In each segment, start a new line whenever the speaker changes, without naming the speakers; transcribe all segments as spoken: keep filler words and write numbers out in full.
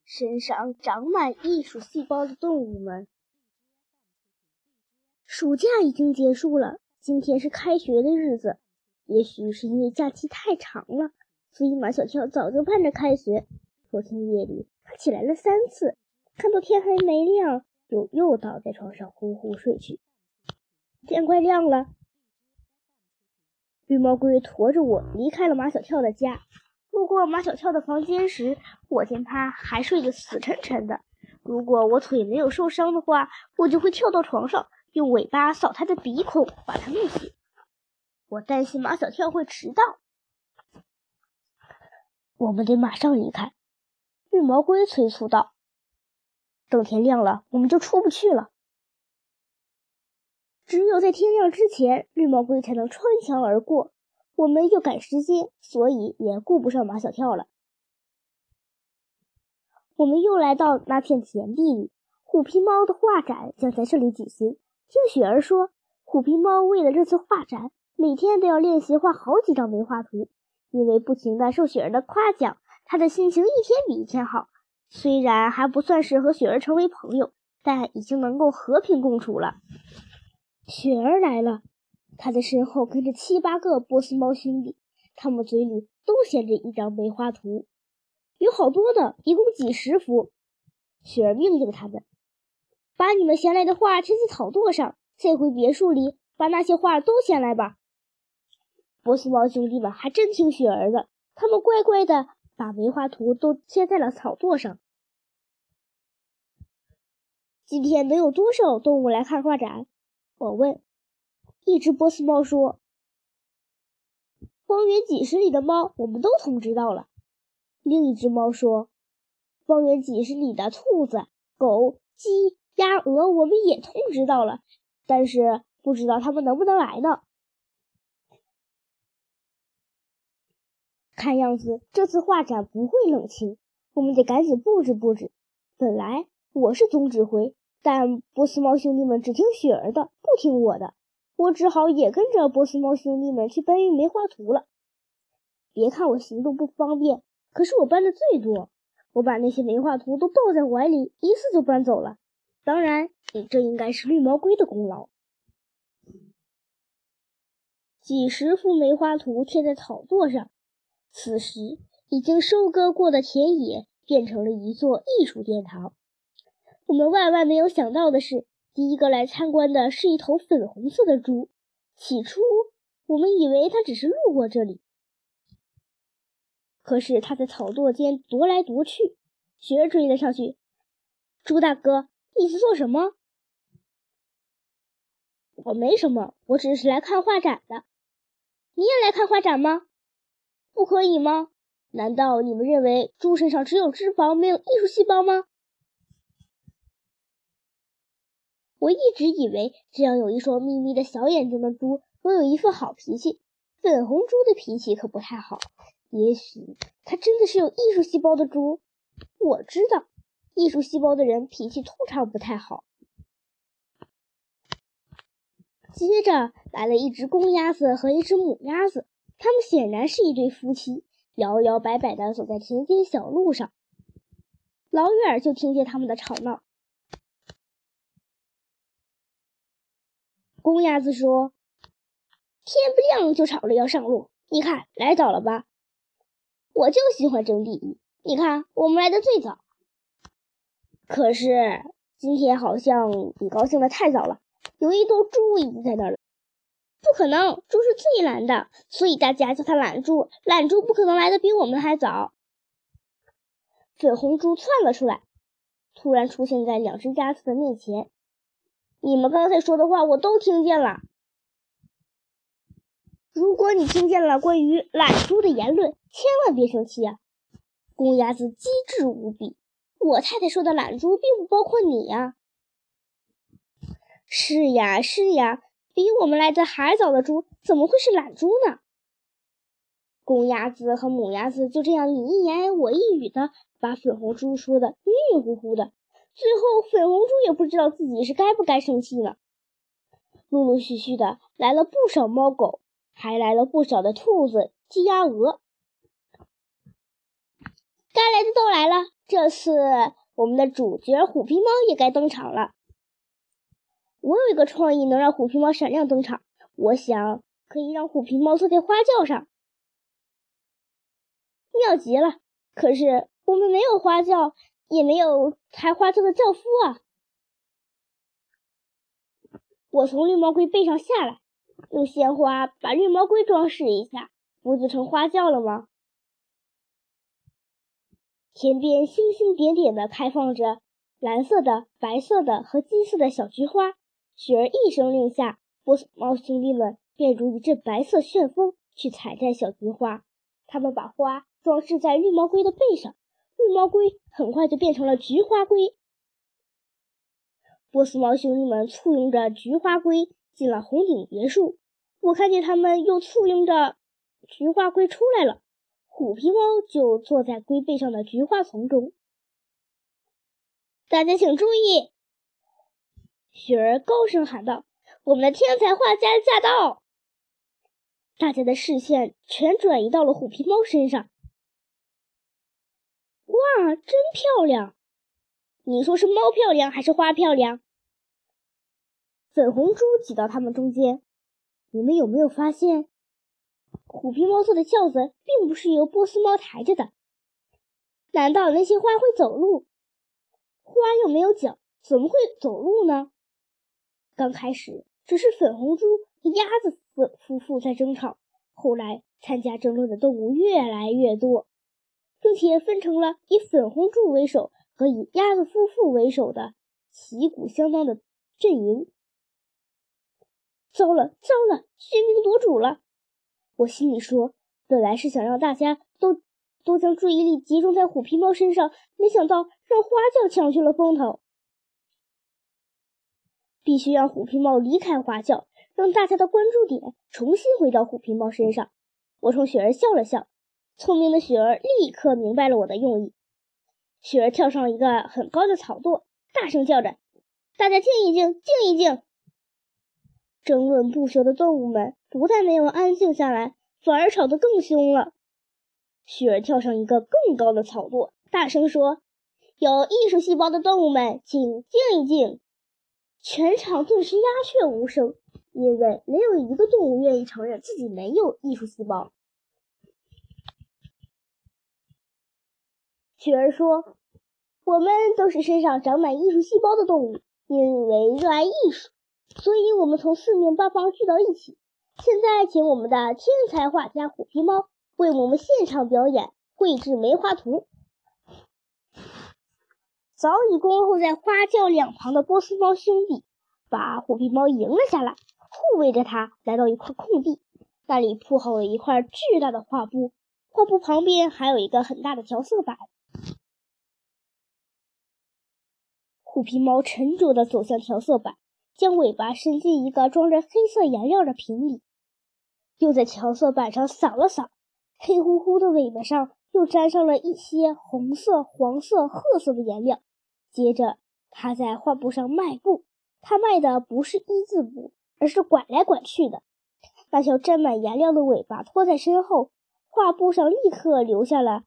身上长满艺术细胞的动物们。暑假已经结束了，今天是开学的日子。也许是因为假期太长了，所以马小跳早就盼着开学。昨天夜里他起来了三次，看到天还没亮，又又倒在床上呼呼睡去。天快亮了，绿毛龟驮着我离开了马小跳的家。路过马小跳的房间时，我见他还睡得死沉沉的。如果我腿没有受伤的话，我就会跳到床上，用尾巴扫他的鼻孔，把他弄醒。我担心马小跳会迟到。我们得马上离开，绿毛龟催促道。等天亮了，我们就出不去了。只有在天亮之前，绿毛龟才能穿墙而过。我们又赶时间，所以也顾不上马小跳了。我们又来到那片田地里，虎皮猫的画展将在这里举行。听雪儿说，虎皮猫为了这次画展，每天都要练习画好几张梅花图。因为不停地受雪儿的夸奖，他的心情一天比一天好。虽然还不算是和雪儿成为朋友，但已经能够和平共处了。雪儿来了，他的身后跟着七八个波斯猫兄弟，他们嘴里都衔着一张梅花图，有好多的，一共几十幅。雪儿命令他们，把你们衔来的画贴在草垛上，再回别墅里把那些画都衔来吧。波斯猫兄弟们还真听雪儿的，他们乖乖的把梅花图都贴在了草垛上。今天能有多少动物来看画展？我问。一只波斯猫说，方圆几十里的猫我们都通知到了。另一只猫说，方圆几十里的兔子、狗、鸡、鸭、鹅我们也通知到了，但是不知道它们能不能来呢。看样子这次画展不会冷清，我们得赶紧布置布置。本来我是总指挥，但波斯猫兄弟们只听雪儿的，不听我的，我只好也跟着波斯猫兄弟们去搬运梅花图了。别看我行动不方便，可是我搬的最多，我把那些梅花图都抱在怀里，一次就搬走了。当然，这应该是绿毛龟的功劳。几十幅梅花图贴在草垛上，此时已经收割过的田野变成了一座艺术殿堂。我们万万没有想到的是，第一个来参观的是一头粉红色的猪。起初我们以为它只是路过这里，可是它在草垛间踱来踱去。雪儿追了上去，猪大哥，你是做什么？我没什么，我只是来看画展的。你也来看画展吗？不可以吗？难道你们认为猪身上只有脂肪没有艺术细胞吗？我一直以为这样有一双眯眯的小眼睛的猪都有一份好脾气，粉红猪的脾气可不太好。也许它真的是有艺术细胞的猪。我知道艺术细胞的人脾气通常不太好。接着来了一只公鸭子和一只母鸭子，他们显然是一对夫妻，摇摇摆摆地走在田间小路上。老远就听见他们的吵闹。公鸭子说，天不亮就吵着要上路，你看来早了吧？我就喜欢争第一，你看我们来的最早。可是今天好像你高兴的太早了，有一头猪已经在那儿了。不可能，猪是最懒的，所以大家叫它懒猪。懒猪不可能来的比我们还早。粉红猪窜了出来，突然出现在两只鸭子的面前。你们刚才说的话我都听见了。如果你听见了关于懒猪的言论，千万别生气啊！公鸭子机智无比，我太太说的懒猪并不包括你呀。是呀，是呀，比我们来的还早的猪怎么会是懒猪呢？公鸭子和母鸭子就这样你一言我一语的把粉红猪说的晕晕乎乎的，最后粉红猪也不知道自己是该不该生气呢。陆陆续续的来了不少猫狗，还来了不少的兔子、鸡鸭鹅。该来的都来了， 这次我们的主角虎皮猫也该登场了。我有一个创意能让虎皮猫闪亮登场，我想可以让虎皮猫坐在花轿上。妙极了，可是我们没有花轿，也没有抬花轿的轿夫啊。我从绿毛龟背上下来，用鲜花把绿毛龟装饰一下，不就成花轿了吗？天边星星点点地开放着蓝色的、白色的和金色的小菊花。雪儿一声令下，波斯猫兄弟们便如一阵白色旋风去采摘小菊花。他们把花装饰在绿毛龟的背上，绿毛龟很快就变成了菊花龟。波斯猫兄弟们簇拥着菊花龟进了红顶别墅，我看见他们又簇拥着菊花龟出来了。虎皮猫就坐在龟背上的菊花丛中。大家请注意！雪儿高声喊道：“我们的天才画家驾到！”大家的视线全转移到了虎皮猫身上。哇，真漂亮！你说是猫漂亮还是花漂亮？粉红猪挤到他们中间。你们有没有发现，虎皮猫坐的轿子并不是由波斯猫抬着的？难道那些花会走路？花又没有脚，怎么会走路呢？刚开始只是粉红猪和鸭子夫妇在争吵，后来参加争论的动物越来越多，并且分成了以粉红猪为首和以鸭子夫妇为首的旗鼓相当的阵营。糟了糟了，喧宾夺主了！我心里说，本来是想让大家都都将注意力集中在虎皮猫身上，没想到让花轿抢去了风头。必须让虎皮猫离开花轿，让大家的关注点重新回到虎皮猫身上。我冲雪儿笑了笑，聪明的雪儿立刻明白了我的用意。雪儿跳上一个很高的草垛，大声叫着：“大家静一静，静一静！”争论不休的动物们不但没有安静下来，反而吵得更凶了。雪儿跳上一个更高的草垛，大声说：“有艺术细胞的动物们，请静一静！”全场顿时鸦雀无声，因为没有一个动物愿意承认自己没有艺术细胞。雪儿说：“我们都是身上长满艺术细胞的动物，因为热爱艺术，所以我们从四面八方聚到一起。现在请我们的天才画家虎皮猫为我们现场表演绘制梅花图。”早已恭候在花轿两旁的波斯猫兄弟把虎皮猫迎了下来，护卫着它来到一块空地，那里铺好了一块巨大的画布，画布旁边还有一个很大的调色板。虎皮猫沉着地走向调色板，将尾巴伸进一个装着黑色颜料的瓶里，又在调色板上扫了扫，黑乎乎的尾巴上又沾上了一些红色、黄色、褐色的颜料。接着他在画布上迈步，他迈的不是一字步，而是拐来拐去的。那条沾满颜料的尾巴拖在身后，画布上立刻留下了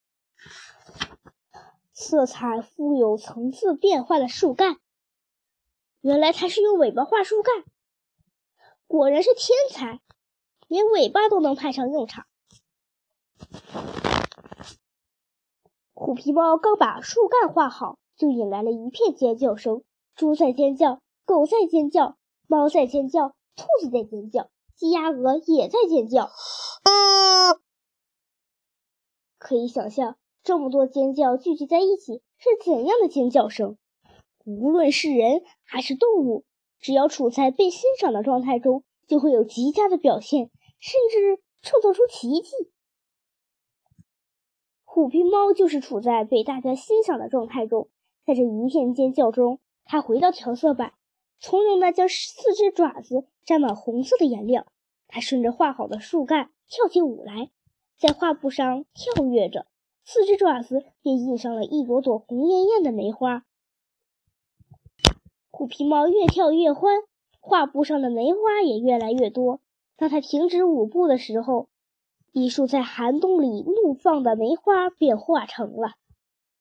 色彩富有层次变化的树干。原来他是用尾巴画树干，果然是天才，连尾巴都能派上用场。虎皮猫刚把树干画好，就引来了一片尖叫声。猪在尖叫，狗在尖叫，猫在尖叫，兔子在尖叫，鸡鸭鹅也在尖叫。可以想象，这么多尖叫聚集在一起是怎样的尖叫声。无论是人还是动物，只要处在被欣赏的状态中，就会有极佳的表现，甚至创造出奇迹。虎皮猫就是处在被大家欣赏的状态中，在这一片尖叫中，它回到调色板，从容地将四只爪子沾满红色的颜料。它顺着画好的树干跳起舞来，在画布上跳跃着，四只爪子便印上了一朵朵红艳艳的梅花。虎皮猫越跳越欢，画布上的梅花也越来越多。当它停止舞步的时候，一束在寒冬里怒放的梅花便化成了。